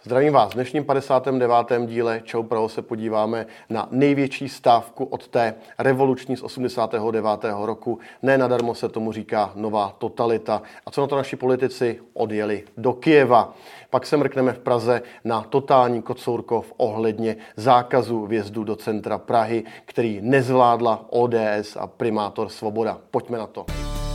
Zdravím vás. V dnešním 59. díle Čau Praho se podíváme na největší stávku od té revoluční z 89. roku. Ne nadarmo se tomu říká nová totalita. A co na to naši politici? Odjeli do Kyjeva. Pak se mrkneme v Praze na totální kocourkov ohledně zákazu vjezdu do centra Prahy, který nezvládla ODS a primátor Svoboda. Pojďme na to.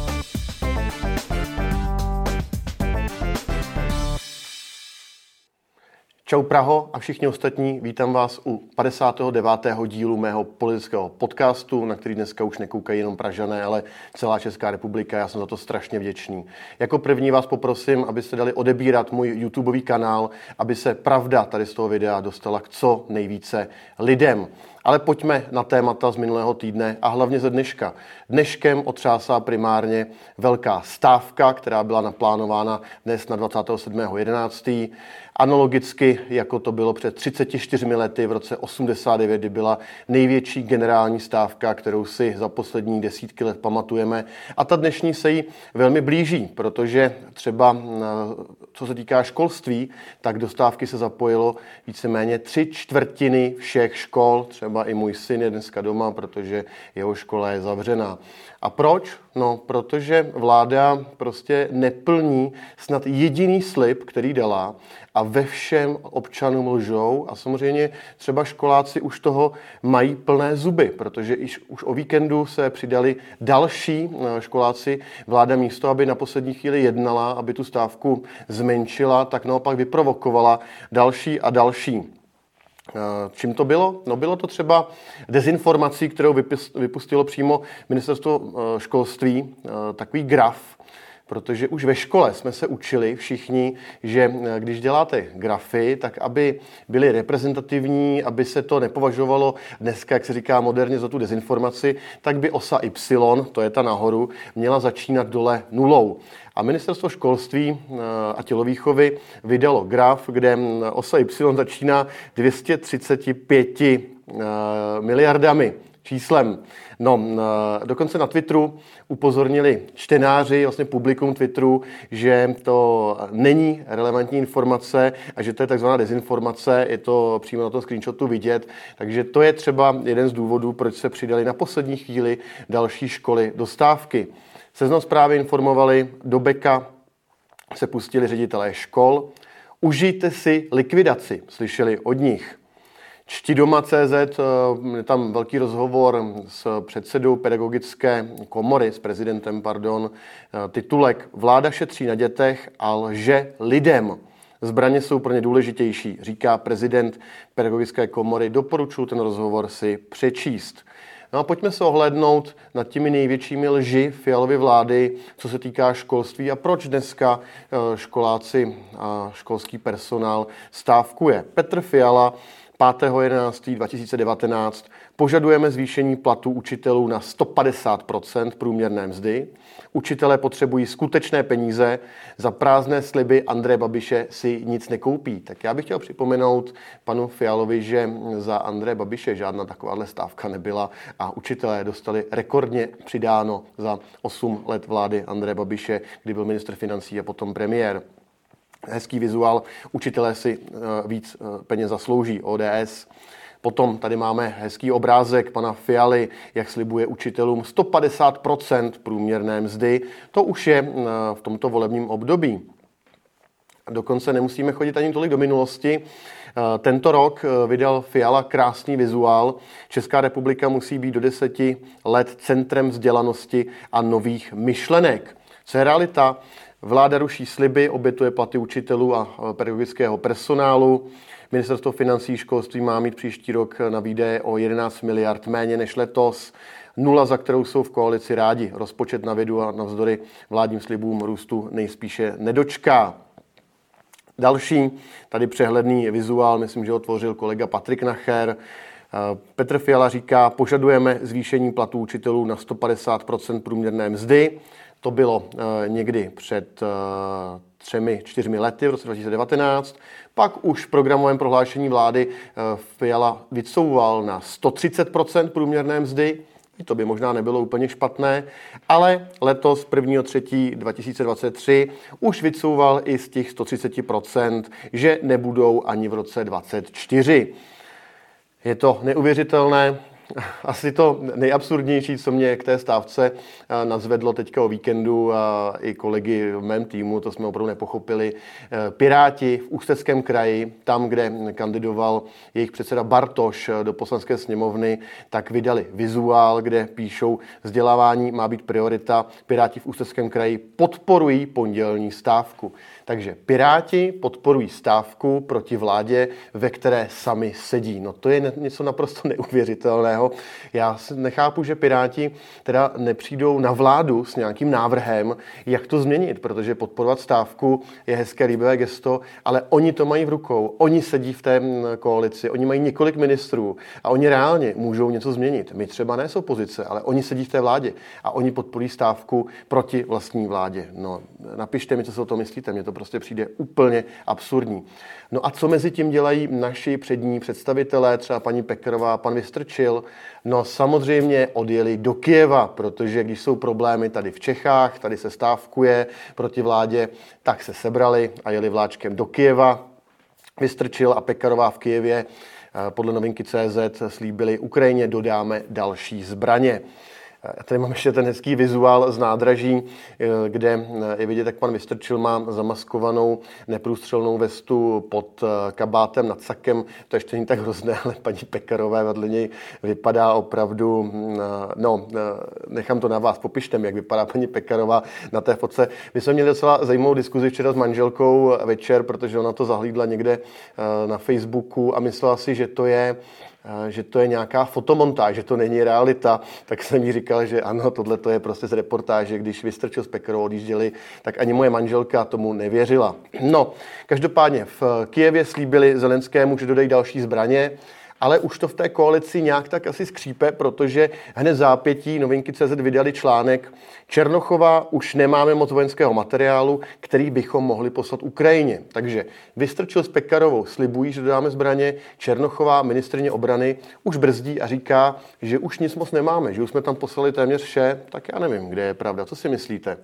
Čau Praho a všichni ostatní, vítám vás u 59. dílu mého politického podcastu, na který dneska už nekoukají jenom Pražané, ale celá Česká republika. Já jsem za to strašně vděčný. Jako první vás poprosím, abyste dali odebírat můj YouTubeový kanál, aby se pravda tady z toho videa dostala k co nejvíce lidem. Ale pojďme na témata z minulého týdne a hlavně ze dneška. Dneškem otřásá primárně velká stávka, která byla naplánována dnes na 27.11. Analogicky, jako to bylo před 34 lety v roce 89, kdy byla největší generální stávka, kterou si za poslední desítky let pamatujeme. A ta dnešní se jí velmi blíží, protože třeba co se týká školství, tak do stávky se zapojilo víceméně 3/4 všech škol. Třeba i můj syn je dneska doma, protože jeho škola je zavřená. A proč? No, protože vláda prostě neplní snad jediný slib, který dala, a ve všem občanům lžou a samozřejmě třeba školáci už toho mají plné zuby, protože už o víkendu se přidali další školáci. Vláda místo, aby na poslední chvíli jednala, aby tu stávku zmenšila, tak naopak vyprovokovala další a další. Čím to bylo? No bylo to třeba dezinformací, kterou vypustilo přímo ministerstvo školství, takový graf, protože už ve škole jsme se učili všichni, že když děláte grafy, tak aby byly reprezentativní, aby se to nepovažovalo dneska, jak se říká moderně, za tu dezinformaci, tak by osa Y, to je ta nahoru, měla začínat dole nulou. A ministerstvo školství a tělovýchovy vydalo graf, kde osa Y začíná 235 miliardami číslem. No, dokonce na Twitteru upozornili čtenáři, vlastně publikum Twitteru, že to není relevantní informace a že to je takzvaná dezinformace, je to přímo na tom screenshotu vidět. Takže to je třeba jeden z důvodů, proč se přidali na poslední chvíli další školy do stávky. Seznam Zprávy informovali, do beka se pustili ředitelé škol. Užijte si likvidaci, slyšeli od nich. Čtidoma.cz, je tam velký rozhovor s předsedou pedagogické komory, s prezidentem, titulek Vláda šetří na dětech a lže lidem. Zbraně jsou pro ně důležitější, říká prezident pedagogické komory. Doporučuji ten rozhovor si přečíst. No a pojďme se ohlédnout nad těmi největšími lži Fialovy vlády, co se týká školství a proč dneska školáci a školský personál stávkuje. Petr Fiala 5.11.2019 požadujeme zvýšení platů učitelů na 150% průměrné mzdy. Učitelé potřebují skutečné peníze, za prázdné sliby Andreje Babiše si nic nekoupí. Tak já bych chtěl připomenout panu Fialovi, že za Andreje Babiše žádná takováhle stávka nebyla a učitelé dostali rekordně přidáno za 8 let vlády Andreje Babiše, kdy byl ministr financí a potom premiér. Hezký vizuál, učitelé si víc peněz zaslouží, ODS. Potom tady máme hezký obrázek pana Fialy, jak slibuje učitelům 150% průměrné mzdy. To už je v tomto volebním období. Dokonce nemusíme chodit ani tolik do minulosti. Tento rok vydal Fiala krásný vizuál. Česká republika musí být do 10 let centrem vzdělanosti a nových myšlenek. Co je realita? Vláda ruší sliby, obětuje platy učitelů a pedagogického personálu. Ministerstvo financí školství má mít příští rok na výdaje o 11 miliard méně než letos. Nula, za kterou jsou v koalici rádi. Rozpočet na vědu a navzdory vládním slibům růstu nejspíše nedočká. Další, tady přehledný vizuál, myslím, že ho tvořil kolega Patrik Nacher. Petr Fiala říká, požadujeme zvýšení platů učitelů na 150% průměrné mzdy. To bylo někdy před 3-4 lety, v roce 2019. Pak už v programovém prohlášení vlády Fiala vycouval na 130% průměrné mzdy. To by možná nebylo úplně špatné, ale letos 1.3.2023 už vycouval i z těch 130%, že nebudou ani v roce 2024. Je to neuvěřitelné. Asi to nejabsurdnější, co mě k té stávce nadzvedlo teďka o víkendu a i kolegy v mém týmu, to jsme opravdu nepochopili. Piráti v Ústeckém kraji, tam, kde kandidoval jejich předseda Bartoš do poslanecké sněmovny, tak vydali vizuál, kde píšou, vzdělávání má být priorita. Piráti v Ústeckém kraji podporují pondělní stávku. Takže Piráti podporují stávku proti vládě, ve které sami sedí. No to je něco naprosto neuvěřitelného. Já nechápu, že Piráti teda nepřijdou na vládu s nějakým návrhem, jak to změnit, protože podporovat stávku je hezké, líbivé gesto, ale oni to mají v rukou. Oni sedí v té koalici, oni mají několik ministrů a oni reálně můžou něco změnit. My třeba ne z opozice, ale oni sedí v té vládě a oni podporují stávku proti vlastní vládě. No, napište mi, co si o tom myslíte, mně to prostě přijde úplně absurdní. No a co mezi tím dělají naši přední představitelé, třeba paní Pekarová, pan Vystrčil? No samozřejmě odjeli do Kyjeva, protože když jsou problémy tady v Čechách, tady se stávkuje proti vládě, tak se sebrali a jeli vláčkem do Kyjeva. Vystrčil a Pekarová v Kyjevě podle Novinky.cz slíbili, Ukrajině dodáme další zbraně. Tady mám ještě ten hezký vizuál z nádraží, kde je vidět, jak pan Vystrčil má zamaskovanou neprůstřelnou vestu pod kabátem nad sakem. To ještě není tak hrozné, ale paní Pekarové vedle něj vypadá opravdu, nechám to na vás, popište mi, jak vypadá paní Pekarová na té fotce. My jsme měli docela zajímavou diskuzi včera s manželkou večer, protože ona to zahlídla někde na Facebooku a myslela si, že to je nějaká fotomontáž, že to není realita, tak jsem jí říkal, že ano, tohle to je prostě z reportáže, když Vystrčil s Pekarovou odjížděli, tak ani moje manželka tomu nevěřila. No, každopádně v Kyjevě slíbili Zelenskému, že dodají další zbraně, ale už to v té koalici nějak tak asi skřípe, protože hned zápětí Novinky.cz vydali článek Černochova, už nemáme moc vojenského materiálu, který bychom mohli poslat Ukrajině. Takže Vystrčil s Pekarovou slibují, že dodáme zbraně, Černochová, ministryně obrany, už brzdí a říká, že už nic moc nemáme, že už jsme tam poslali téměř vše, tak já nevím, kde je pravda. Co si myslíte?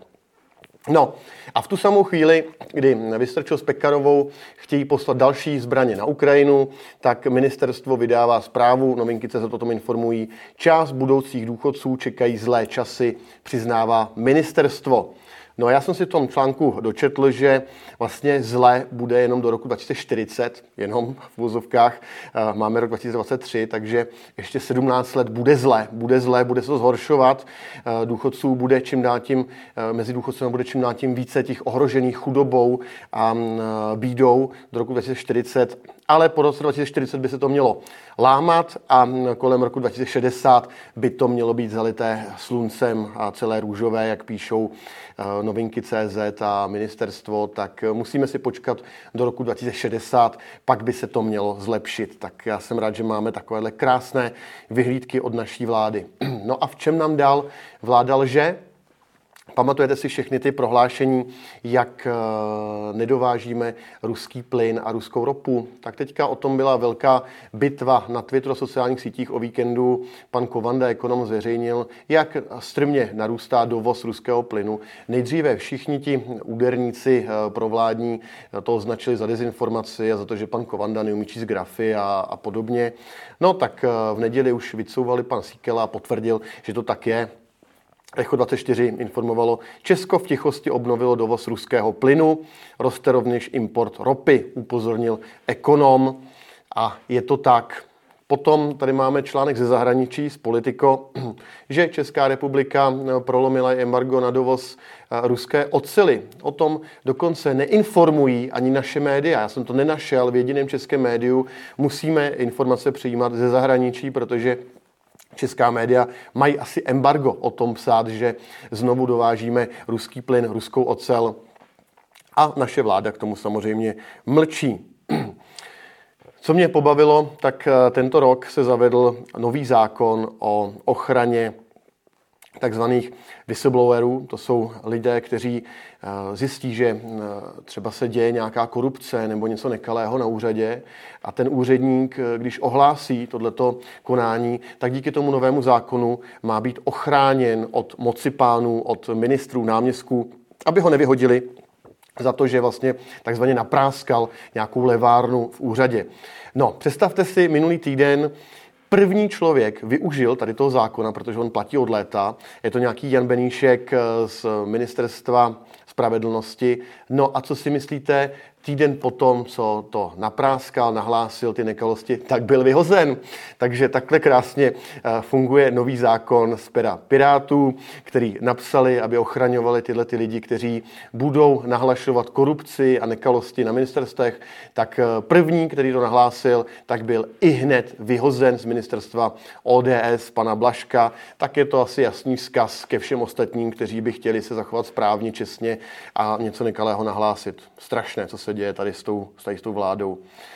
No a v tu samou chvíli, kdy Vystrčil s Pekarovou chtějí poslat další zbraně na Ukrajinu, tak ministerstvo vydává zprávu, Novinky.cz o tom informují, část budoucích důchodců čekají zlé časy, přiznává ministerstvo. No a já jsem si v tom článku dočetl, že vlastně zlé bude jenom do roku 2040, jenom v uvozovkách, máme rok 2023, takže ještě 17 let bude zlé, bude se to zhoršovat, důchodců bude čím dál tím, mezi důchodcům bude čím dál tím více těch ohrožených chudobou a bídou do roku 2040, ale po roce 2040 by se to mělo lámat a kolem roku 2060 by to mělo být zalité sluncem a celé růžové, jak píšou Novinky.cz a ministerstvo, tak musíme si počkat do roku 2060, pak by se to mělo zlepšit. Tak já jsem rád, že máme takovéhle krásné vyhlídky od naší vlády. No a v čem nám dál vláda lže? Pamatujete si všechny ty prohlášení, jak nedovážíme ruský plyn a ruskou ropu? Tak teďka o tom byla velká bitva na Twitteru a sociálních sítích o víkendu. Pan Kovanda, ekonom, zveřejnil, jak strmě narůstá dovoz ruského plynu. Nejdříve všichni ti úderníci provládní to označili za dezinformaci a za to, že pan Kovanda neumí číst grafy a podobně. No tak v neděli už vycouvali pan Síkela a potvrdil, že to tak je. Echo24 informovalo, Česko v tichosti obnovilo dovoz ruského plynu, roste rovněž import ropy, upozornil ekonom a je to tak. Potom tady máme článek ze zahraničí z Politico, že Česká republika prolomila embargo na dovoz ruské oceli. O tom dokonce neinformují ani naše média. Já jsem to nenašel v jediném českém médiu. Musíme informace přijímat ze zahraničí, protože česká média mají asi embargo o tom psát, že znovu dovážíme ruský plyn, ruskou ocel a naše vláda k tomu samozřejmě mlčí. Co mě pobavilo, tak tento rok se zavedl nový zákon o ochraně takzvaných whistleblowerů. To jsou lidé, kteří zjistí, že třeba se děje nějaká korupce nebo něco nekalého na úřadě a ten úředník, když ohlásí tohleto konání, tak díky tomu novému zákonu má být ochráněn od moci pánů, od ministrů, náměstků, aby ho nevyhodili za to, že vlastně takzvaně napráskal nějakou levárnu v úřadě. No, představte si, minulý týden první člověk využil tady toho zákona, protože on platí od léta. Je to nějaký Jan Beníšek z Ministerstva spravedlnosti. No a co si myslíte? Týden potom, co to napráskal, nahlásil ty nekalosti, tak byl vyhozen. Takže takhle krásně funguje nový zákon z pera Pirátů, který napsali, aby ochraňovali tyhle ty lidi, kteří budou nahlašovat korupci a nekalosti na ministerstvech. Tak první, který to nahlásil, tak byl ihned vyhozen z ministerstva ODS, pana Blažka. Tak je to asi jasný vzkaz ke všem ostatním, kteří by chtěli se zachovat správně, čestně a něco nekalého nahlásit. Strašné, co se děje tady s tou vládou.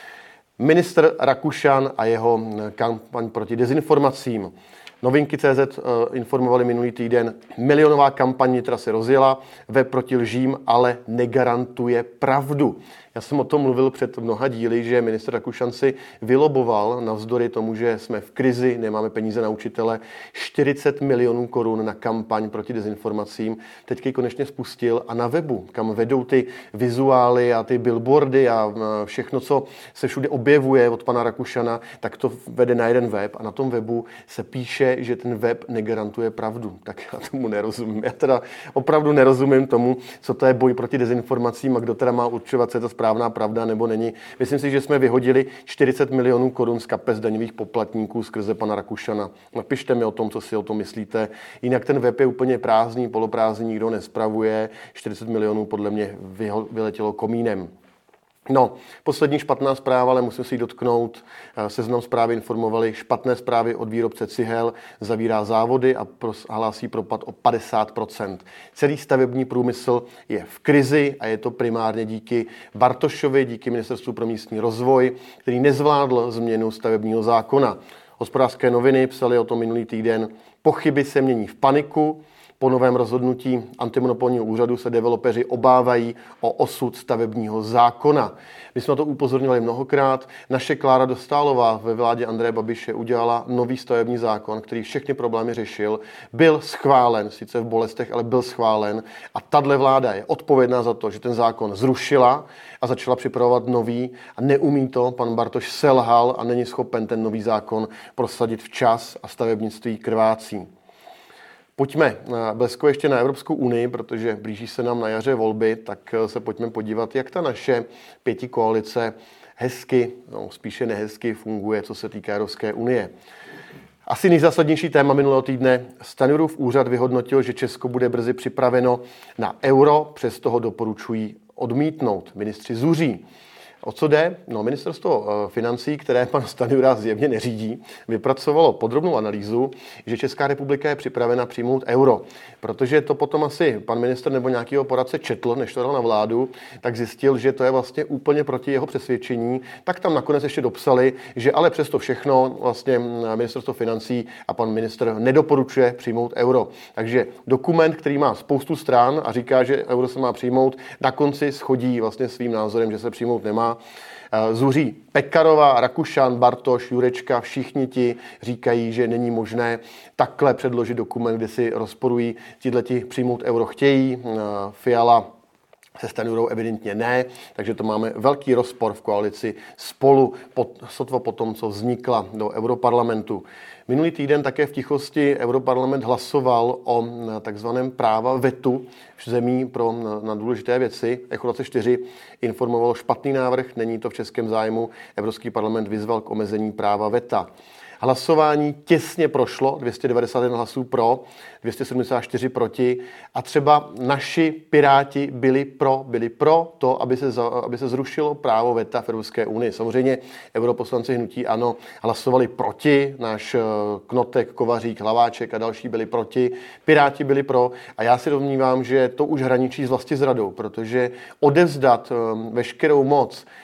Ministr Rakušan a jeho kampaň proti dezinformacím. Novinky.cz informovali minulý týden, milionová kampaň vnitra se rozjela, web proti lžím, ale negarantuje pravdu. Já jsem o tom mluvil před mnoha díly, že ministr Rakušan si vyloboval navzdory tomu, že jsme v krizi, nemáme peníze na učitele, 40 milionů korun na kampaň proti dezinformacím. Teď ji konečně spustil a na webu, kam vedou ty vizuály a ty billboardy a všechno, co se všude objevuje od pana Rakušana, tak to vede na jeden web a na tom webu se píše, že ten web negarantuje pravdu. Tak já tomu nerozumím. Já teda opravdu nerozumím tomu, co to je boj proti dezinformacím a kdo teda má určovat, co je to správná pravda nebo není. Myslím si, že jsme vyhodili 40 milionů korun z kapes daňových poplatníků skrze pana Rakušana. Napište mi o tom, co si o tom myslíte. Jinak ten web je úplně prázdný, poloprázdný, nikdo nespravuje. 40 milionů podle mě vyletělo komínem. No, poslední špatná zpráva, ale musím si ji dotknout. Seznam Zprávy informovali, špatné zprávy od výrobce cihel, zavírá závody a hlásí propad o 50%. Celý stavební průmysl je v krizi a je to primárně díky Bartošovi, díky Ministerstvu pro místní rozvoj, který nezvládl změnu stavebního zákona. Hospodářské noviny psaly o tom minulý týden. Pochyby se mění v paniku. Po novém rozhodnutí antimonopolního úřadu se developeři obávají o osud stavebního zákona. My jsme to upozorňovali mnohokrát. Naše Klára Dostálová ve vládě Andreje Babiše udělala nový stavební zákon, který všechny problémy řešil. Byl schválen, sice v bolestech, ale byl schválen. A tahle vláda je odpovědná za to, že ten zákon zrušila a začala připravovat nový a neumí to. Pan Bartoš selhal a není schopen ten nový zákon prosadit včas a stavebnictví krvácí. Pojďme bleskově ještě na Evropskou unii, protože blíží se nám na jaře volby, tak se pojďme podívat, jak ta naše pětikoalice hezky, spíše nehezky funguje, co se týká Evropské unie. Asi nejzásadnější téma minulého týdne. Stanjurův úřad vyhodnotil, že Česko bude brzy připraveno na euro, přesto ho doporučují odmítnout. Ministři zuří. O co jde? No, ministerstvo financí, které pan Stanjura zjevně neřídí, vypracovalo podrobnou analýzu, že Česká republika je připravena přijmout euro. Protože to potom asi pan ministr nebo nějakýho poradce četl, než to dal na vládu, tak zjistil, že to je vlastně úplně proti jeho přesvědčení. Tak tam nakonec ještě dopsali, že ale přesto všechno vlastně ministerstvo financí a pan ministr nedoporučuje přijmout euro. Takže dokument, který má spoustu stran a říká, že euro se má přijmout, na konci shodí vlastně svým názorem, že se přijmout nemá. Zuří Pekarová, Rakušan, Bartoš, Jurečka, všichni ti říkají, že není možné takhle předložit dokument, kde si rozporují, tihleti přijmout euro chtějí, Fiala se Stanjurou evidentně ne, takže to máme velký rozpor v koalici Spolu, sotva po tom, co vznikla do Europarlamentu. Minulý týden také v tichosti Europarlament hlasoval o takzvaném práva vetu v zemí na důležité věci. Echo 24 informovalo špatný návrh, není to v českém zájmu. Evropský parlament vyzval k omezení práva veta. Hlasování těsně prošlo, 291 hlasů pro, 274 proti a třeba naši Piráti byli pro to, aby se zrušilo právo veta v Evropské unii. Samozřejmě europoslanci hnutí ANO hlasovali proti, náš Knotek, Kovařík, Hlaváček a další byli proti, Piráti byli pro a já si domnívám, že to už hraničí s vlastizradou, protože odevzdat veškerou moc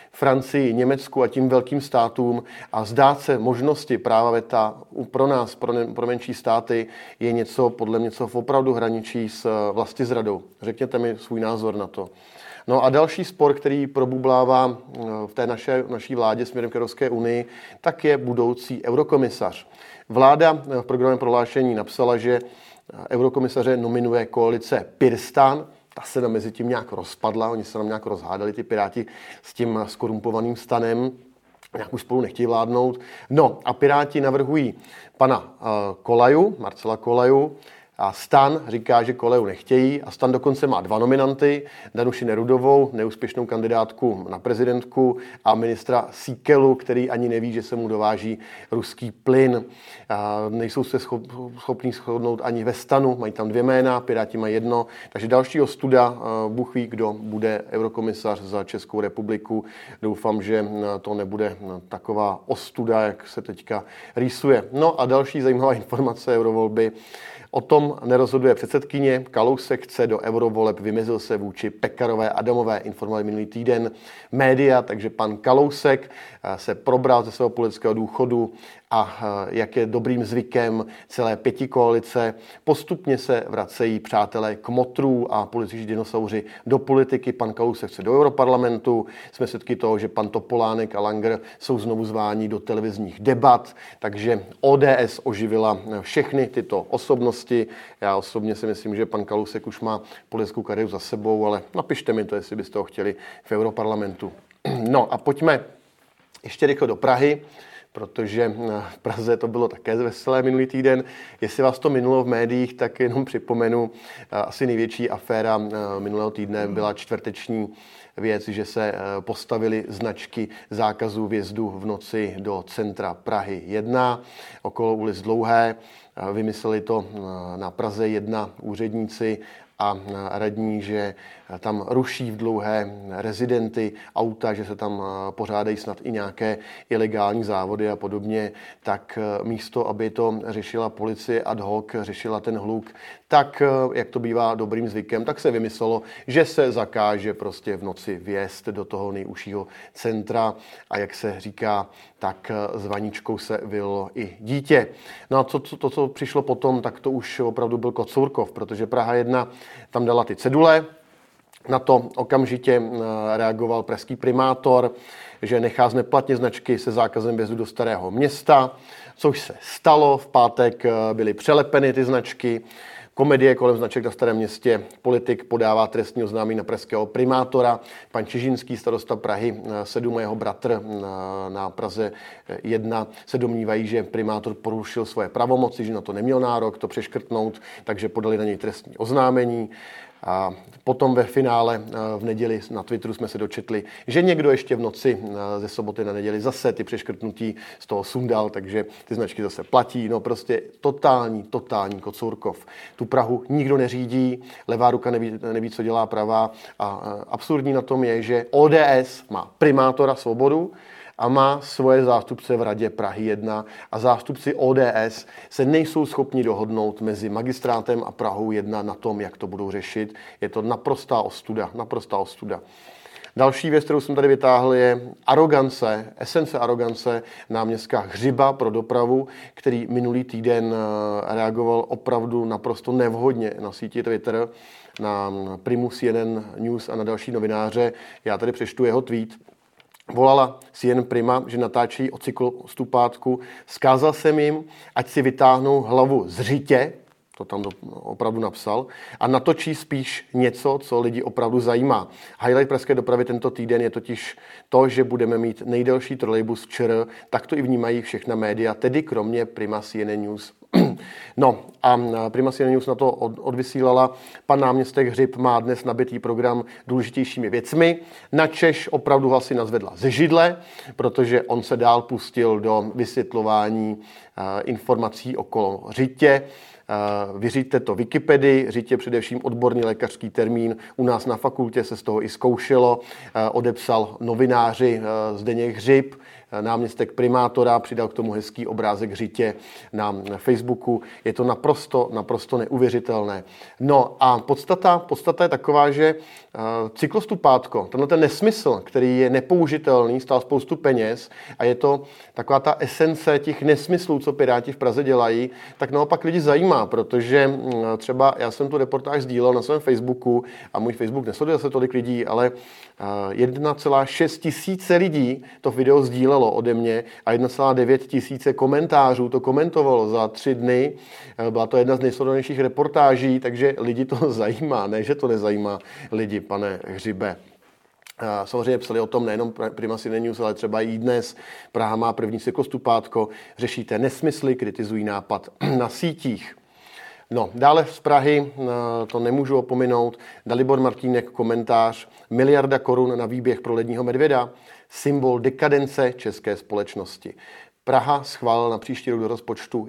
Francii, Německu a tím velkým státům a zdát se možnosti práva veta pro nás, pro menší státy, je něco, podle mě, co opravdu hraničí s vlastizradou. Řekněte mi svůj názor na to. No a další spor, který probublává v té naší vládě směrem k Evropské unii, tak je budoucí eurokomisař. Vláda v programovém prohlášení napsala, že eurokomisaře nominuje koalice PirSTAN. Ta se nám mezi tím nějak rozpadla, oni se nám nějak rozhádali, ty Piráti, s tím skorumpovaným stanem. Nějak už spolu nechtějí vládnout. No a Piráti navrhují pana Kolaju, Marcela Kolaju, a STAN říká, že Kolaju nechtějí a STAN dokonce má 2 nominanty, Danuši Nerudovou, neúspěšnou kandidátku na prezidentku a ministra Síkelu, který ani neví, že se mu dováží ruský plyn. Nejsou se schopní shodnout ani ve STANu, mají tam 2 jména, Piráti mají 1, takže další ostuda, Bůh ví, kdo bude eurokomisař za Českou republiku. Doufám, že to nebude taková ostuda, jak se teďka rýsuje. No a další zajímavá informace eurovolby. O tom nerozhoduje předsedkyně. Kalousek chce do eurovoleb, vymezil se vůči Pekarové Adamové, informovali minulý týden média, takže pan Kalousek se probral ze svého politického důchodu a jak je dobrým zvykem celé pětikoalice, postupně se vracejí přátelé kmotrů a političtí dinosauři do politiky. Pan Kalousek chce do europarlamentu. Jsme svědky toho, že pan Topolánek a Langer jsou znovu zváni do televizních debat, takže ODS oživila všechny tyto osobnosti. Já osobně si myslím, že pan Kalousek už má politickou kariéru za sebou, ale napište mi to, jestli byste ho chtěli v europarlamentu. No a pojďme ještě rychle do Prahy, protože v Praze to bylo také veselé minulý týden. Jestli vás to minulo v médiích, tak jenom připomenu, asi největší aféra minulého týdne byla čtvrteční věc, že se postavily značky zákazu vjezdu v noci do centra Prahy 1, okolo ulic Dlouhé. Vymysleli to na Praze 1 úředníci a radní, že tam ruší v Dlouhé rezidenty auta, že se tam pořádají snad i nějaké ilegální závody a podobně, tak místo, aby to řešila policie ad hoc, řešila ten hluk, tak, jak to bývá dobrým zvykem, tak se vymyslelo, že se zakáže prostě v noci vjezd do toho nejužšího centra a jak se říká, tak s vaničkou se vylilo i dítě. No a to, co přišlo potom, tak to už opravdu byl Kocourkov, protože Praha 1 tam dala ty cedule. Na to okamžitě reagoval pražský primátor, že nechá zneplatnit značky se zákazem vjezdu do Starého Města, což se stalo. V pátek byly přelepeny ty značky. Komedie kolem značek na Starém Městě. Politik podává trestní oznámení na pražského primátora. Pan Čižinský, starosta Prahy 7 a jeho bratr na Praze 1 se domnívají, že primátor porušil svoje pravomoci, že na to neměl nárok to přeškrtnout, takže podali na něj trestní oznámení. A potom ve finále v neděli na Twitteru jsme se dočetli, že někdo ještě v noci ze soboty na neděli zase ty přeškrtnutí z toho sundal, takže ty značky zase platí. No prostě totální Kocourkov. Tu Prahu nikdo neřídí, levá ruka neví, co dělá pravá. A absurdní na tom je, že ODS má primátora Svobodu a má svoje zástupce v radě Prahy 1 a zástupci ODS se nejsou schopni dohodnout mezi magistrátem a Prahou 1 na tom, jak to budou řešit. Je to naprostá ostuda. Další věc, kterou jsem tady vytáhl, je esence arogance náměstka Hřiba pro dopravu, který minulý týden reagoval opravdu naprosto nevhodně na síti Twitter, na Primu CNN News a na další novináře. Já tady přečtu jeho tweet. Volala CNN Prima, že natáčí o cyklostupátku. Vzkázal jsem jim, ať si vytáhnou hlavu z řitě, to tam opravdu napsal, a natočí spíš něco, co lidi opravdu zajímá. Highlight pražské dopravy tento týden je totiž to, že budeme mít nejdelší trolejbus ČR, tak to i vnímají všechna média, tedy kromě Prima CNN News. No a Prima CNN News na to odvysílala. Pan náměstek Hřib má dnes nabitý program důležitějšími věcmi. Načež opravdu ho asi nazvedla ze židle, protože on se dál pustil do vysvětlování informací okolo řitě. Vyřiďte to Wikipedii, řitě především odborný lékařský termín. U nás na fakultě se z toho i zkoušelo. Odepsal novináři Zdeněk Hřib, náměstek primátora přidal k tomu hezký obrázek hřitě na Facebooku. Je to naprosto neuvěřitelné. No a podstata je taková, že cyklostupátko, tenhle ten nesmysl, který je nepoužitelný, stál spoustu peněz a je to taková ta esence těch nesmyslů, co Piráti v Praze dělají, tak naopak lidi zajímá, protože třeba já jsem tu reportáž sdílel na svém Facebooku a můj Facebook nesleduje se tolik lidí, ale 1,6 tisíce lidí to video sdílelo ode mě a 1,9 tisíce komentářů to komentovalo za 3 dny. Byla to jedna z nejsledovanějších reportáží, takže lidi to zajímá, ne, že to nezajímá lidi, pane Hřibe. Samozřejmě psali o tom nejenom Prima Cine News, ale třeba i dnes. Praha má první cyklostupátko, řešíte nesmysly, kritizují nápad na sítích. No, dále z Prahy, to nemůžu opominout, Dalibor Martínek komentář, 1 miliarda korun na výběh pro ledního medvěda, symbol dekadence české společnosti. Praha schválila na příští rok do rozpočtu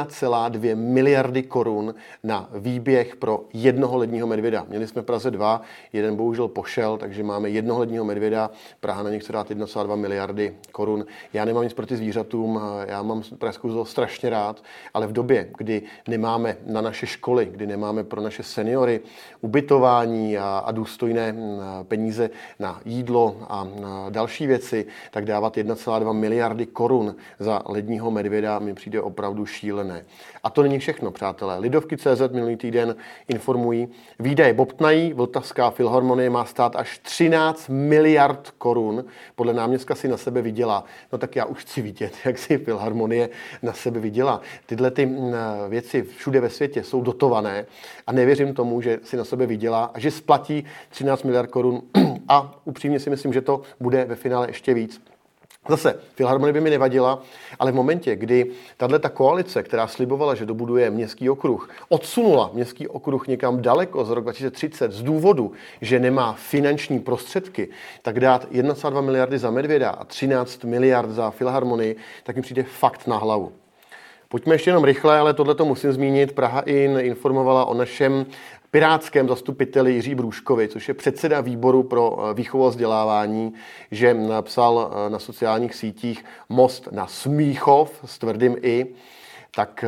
1,2 miliardy korun na výběh pro jednoho ledního medvěda. Měli jsme v Praze 2, jeden bohužel pošel, takže máme jednoho ledního medvěda. Praha na něj chce dát 1,2 miliardy korun. Já nemám nic proti zvířatům, já mám pražskou zoo strašně rád, ale v době, kdy nemáme na naše školy, kdy nemáme pro naše seniory ubytování a důstojné peníze na jídlo a další věci, tak dávat 1,2 miliardy korun za ledního medvěda mi přijde opravdu šílené. A to není všechno, přátelé. Lidovky.cz minulý týden informují, výdaje bobtnají, Vltavská filharmonie má stát až 13 miliard korun. Podle náměstka si na sebe vydělá. No tak já už chci vidět, jak si filharmonie na sebe vydělá. Tyhle ty věci všude ve světě jsou dotované a nevěřím tomu, že si na sebe vydělá a že splatí 13 miliard korun a upřímně si myslím, že to bude ve finále ještě víc. Zase, filharmonie by mi nevadila, ale v momentě, kdy tato koalice, která slibovala, že dobuduje městský okruh, odsunula městský okruh někam daleko z roku 2030 z důvodu, že nemá finanční prostředky, tak dát 1,2 miliardy za medvěda a 13 miliard za filharmonii, tak mi přijde fakt na hlavu. Pojďme ještě jenom rychle, ale tohle to musím zmínit. Praha informovala o našem pirátském zastupiteli Jiří Brůškovi, což je předseda výboru pro výchovu a vzdělávání, že napsal na sociálních sítích Most na Smíchov s tvrdým I, tak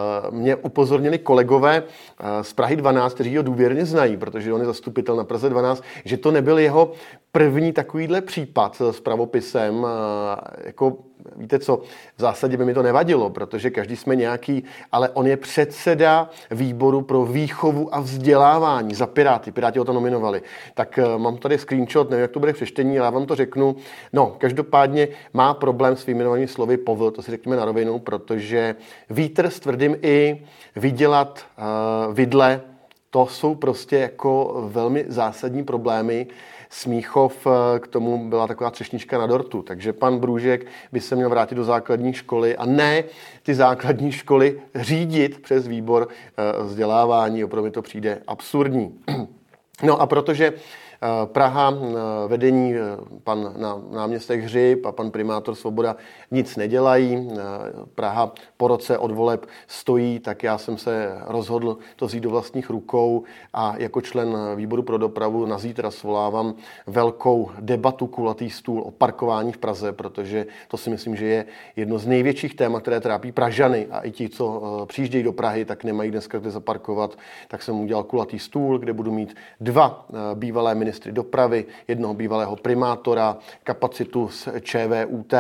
mě upozornili kolegové z Prahy 12, kteří ho důvěrně znají, protože on je zastupitel na Praze 12, že to nebyl jeho první takovýhle případ s pravopisem. Jako, víte co, v zásadě by mi to nevadilo, protože každý jsme nějaký, ale on je předseda výboru pro výchovu a vzdělávání za Piráty. Piráti ho to nominovali. Tak mám tady screenshot, nevím, jak to bude v přečtení, ale já vám to řeknu. No, každopádně má problém s vyjmenovanými slovy povl, to si řekněme na rovinu, protože vítr s tvrdým I, vydělat vidle, to jsou prostě jako velmi zásadní problémy. Smíchov, k tomu byla taková třešnička na dortu, takže pan Brůžek by se měl vrátit do základní školy a ne ty základní školy řídit přes výbor vzdělávání, opravdu mi to přijde absurdní. No a protože Praha, vedení, pan náměstek Hřib a pan primátor Svoboda nic nedělají. Praha po roce od voleb stojí, tak já jsem se rozhodl to vzít do vlastních rukou a jako člen výboru pro dopravu na zítra svolávám velkou debatu, kulatý stůl o parkování v Praze, protože to si myslím, že je jedno z největších témat, které trápí Pražany a i ti, co přijíždějí do Prahy, tak nemají dneska kde zaparkovat. Tak jsem udělal kulatý stůl, kde budu mít 2 bývalé ministry dopravy, jednoho bývalého primátora, kapacitu z ČVUT,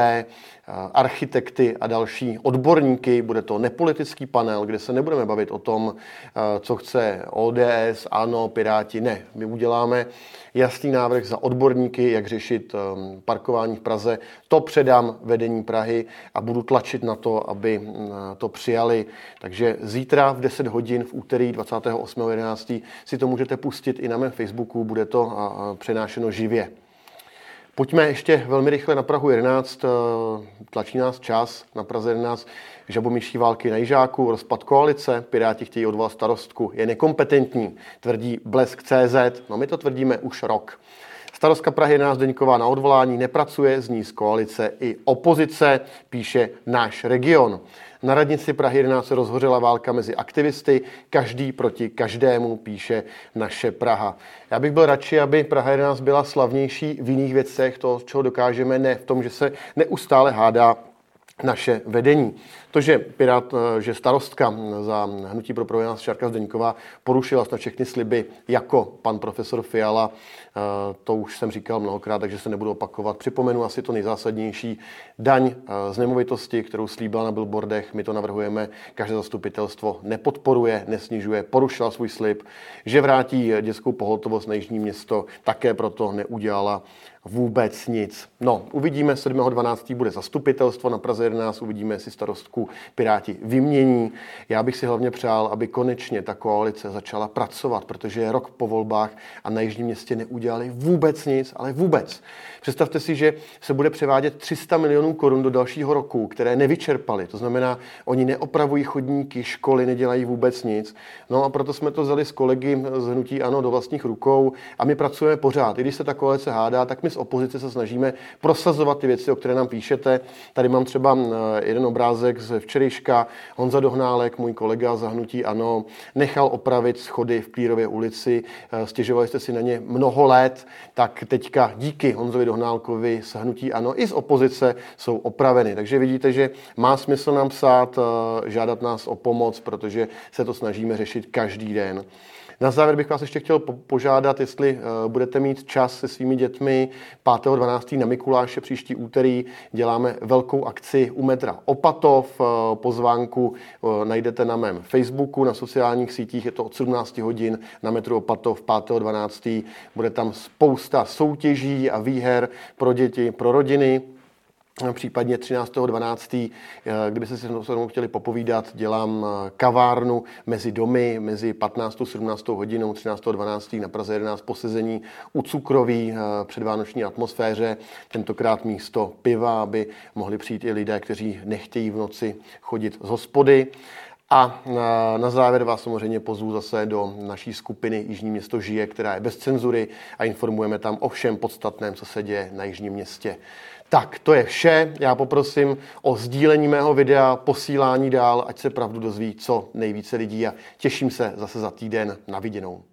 architekty a další odborníky. Bude to nepolitický panel, kde se nebudeme bavit o tom, co chce ODS, ANO, Piráti. Ne, my uděláme jasný návrh za odborníky, jak řešit parkování v Praze. To předám vedení Prahy a budu tlačit na to, aby to přijali. Takže zítra v 10 hodin v úterý 28.11. si to můžete pustit i na mém Facebooku, bude to přenášeno živě. Pojďme ještě velmi rychle na Prahu 11. Tlačí nás čas na Praze 11. Žabomyší války na Jižáku, rozpad koalice, Piráti chtějí odvolat starostku, je nekompetentní, tvrdí Blesk.cz. No my to tvrdíme už rok. Starostka Prahy 11 Zdeňková na odvolání, nepracuje z ní z koalice i opozice, píše Náš region. Na radnici Prahy 11 se rozhořela válka mezi aktivisty, každý proti každému, píše Naše Praha. Já bych byl radši, aby Praha 11 byla slavnější v jiných věcech, to, čeho dokážeme, ne v tom, že se neustále hádá naše vedení. To, že starostka za Hnutí pro Prahu 11 Šárka Zdeňková porušila snad všechny sliby jako pan profesor Fiala, to už jsem říkal mnohokrát, takže se nebudu opakovat. Připomenu asi to nejzásadnější. Daň z nemovitosti, kterou slíbila na billboardech, my to navrhujeme, každé zastupitelstvo nepodporuje, nesnižuje, porušila svůj slib, že vrátí dětskou pohotovost na Jižní Město, také proto neudělala vůbec nic. No, uvidíme, 7.12. bude zastupitelstvo na Praze 11, uvidíme, jestli starostku Piráti vymění. Já bych si hlavně přál, aby konečně ta koalice začala pracovat, protože je rok po volbách a na Jižním Městě neudělali vůbec nic, ale vůbec. Představte si, že se bude převádět 300 milionů korun do dalšího roku, které nevyčerpali. To znamená, oni neopravují chodníky, školy, nedělají vůbec nic. No a proto jsme to vzali s kolegy z Hnutí ANO do vlastních rukou a my pracujeme pořád. I když se ta koalice hádá, tak my z opozice se snažíme prosazovat ty věci, o které nám píšete. Tady mám třeba jeden obrázek z včerejška. Honza Dohnálek, můj kolega za Hnutí ANO, nechal opravit schody v Plírově ulici. Stěžovali jste si na ně mnoho let, tak teďka díky Honzovi Dohnálkovi z Hnutí ANO i z opozice jsou opraveny. Takže vidíte, že má smysl nám psát, žádat nás o pomoc, protože se to snažíme řešit každý den. Na závěr bych vás ještě chtěl požádat, jestli budete mít čas se svými dětmi 5.12. na Mikuláše příští úterý. Děláme velkou akci u metra Opatov. Pozvánku najdete na mém Facebooku, na sociálních sítích. Je to od 17 hodin na metru Opatov 5.12. Bude tam spousta soutěží a výher pro děti, pro rodiny. Případně 13.12., kdyby se se mnou chtěli popovídat, dělám kavárnu mezi domy, mezi 15. a 17. hodinou 13.12. na Praze 11 posezení u Cukroví předvánoční atmosféře. Tentokrát místo piva, aby mohli přijít i lidé, kteří nechtějí v noci chodit z hospody. A na závěr vás samozřejmě pozvu zase do naší skupiny Jižní Město žije, která je bez cenzury a informujeme tam o všem podstatném, co se děje na Jižním Městě. Tak, to je vše. Já poprosím o sdílení mého videa, posílání dál, ať se pravdu dozví co nejvíce lidí a těším se zase za týden. Na viděnou.